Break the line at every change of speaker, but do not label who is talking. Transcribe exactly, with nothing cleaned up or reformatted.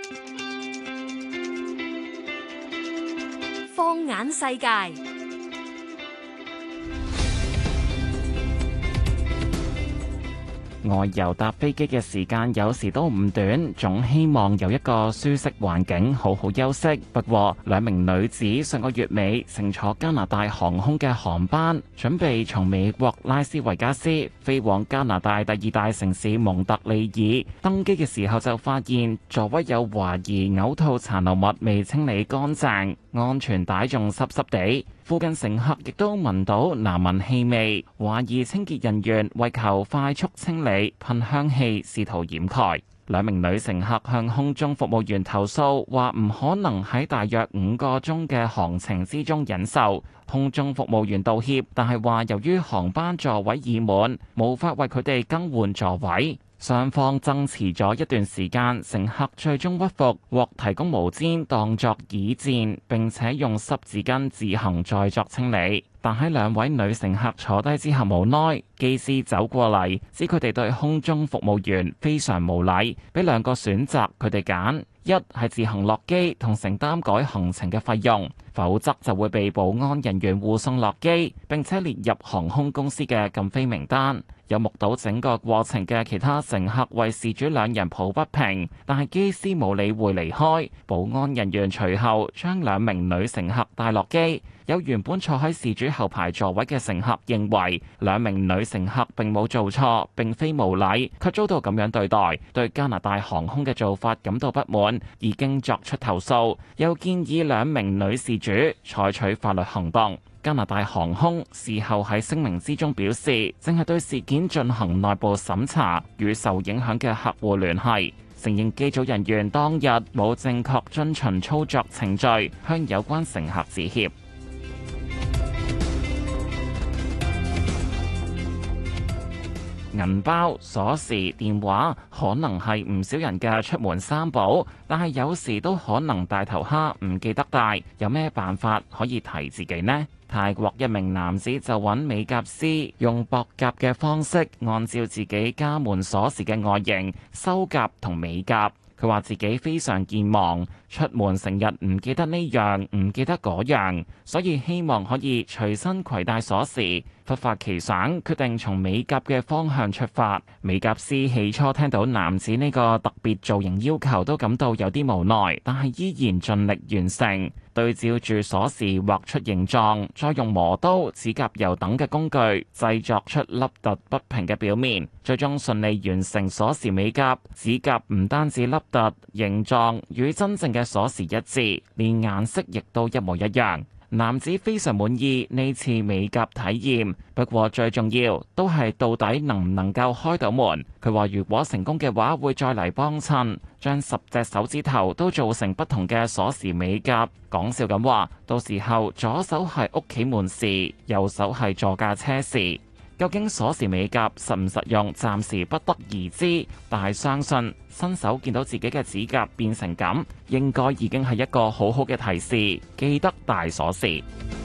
放眼世界。
外遊搭飛機嘅時間有時都唔短，總希望有一個舒適環境，好好休息。不過，兩名女子上個月尾乘坐加拿大航空嘅航班，準備從美國拉斯維加斯飛往加拿大第二大城市蒙特利爾。登機嘅時候就發現座位有懷疑嘔吐殘留物未清理乾淨，安全帶仲濕濕地。附近乘客亦都聞到難聞氣味，懷疑清潔人員為求快速清理，噴香氣試圖掩蓋。兩名女乘客向空中服務員投訴，話唔可能喺大約五個鐘嘅航程之中忍受。空中服務員道歉，但係話由於航班座位已滿，無法為佢哋更換座位。雙方爭持咗一段時間，乘客最終屈服，獲提供毛氈當作椅墊，並且用濕紙巾自行再作清理。但喺兩位女乘客坐低之後，無奈機師走過嚟，指佢哋對空中服務員非常無禮，俾兩個選擇佢哋揀：一係自行落機同承擔改行程嘅費用，否則就會被保安人員護送落機，並且列入航空公司嘅禁飛名單。有目睹整個過程嘅其他乘客為事主兩人抱不平，但係機師冇理會離開。保安人員隨後將兩名女乘客帶落機。有原本坐喺事主後排座位嘅乘客認為兩名女乘客並冇做錯，並非無禮，卻遭到咁樣對待，對加拿大航空嘅做法感到不滿，已經作出投訴，又建議兩名女事主採取法律行動。加拿大航空事後喺聲明之中表示，正係對事件進行內部審查，與受影響嘅客戶聯繫，承認機組人員當日冇正確遵循操作程序，向有關乘客致歉。銀包、鎖匙、電話可能係唔少人嘅出門三寶，但係有時都可能大頭蝦唔記得帶，有咩辦法可以提自己呢？泰國一名男子就揾美甲師，用薄夾嘅方式，按照自己家門鎖匙嘅外形修甲同美甲。佢話自己非常健忘，出門成日唔記得呢樣，唔記得嗰樣，所以希望可以隨身攜帶鎖匙。忽發奇想，決定從美甲嘅方向出發。美甲師起初聽到男子呢個特別造型要求，都感到有啲無奈，但係依然盡力完成。對照住鎖匙畫出形狀，再用磨刀、指甲油等嘅工具製作出凹凸不平嘅表面，最終順利完成鎖匙美甲。指甲唔單止凹凸，形狀與真正嘅鎖匙一致，連顏色亦都一模一樣。男子非常滿意呢次美甲體驗，不過最重要都係到底能唔能夠開到門。佢話如果成功嘅話，會再嚟幫襯，將十隻手指頭都做成不同嘅鎖匙美甲。講笑咁話，到時候左手係屋企門匙，右手係座駕車匙。究竟鎖匙美甲實唔實用，暫時不得而知，但係相信新手見到自己嘅指甲變成咁，應該已經係一個好好嘅提示，記得帶鎖匙。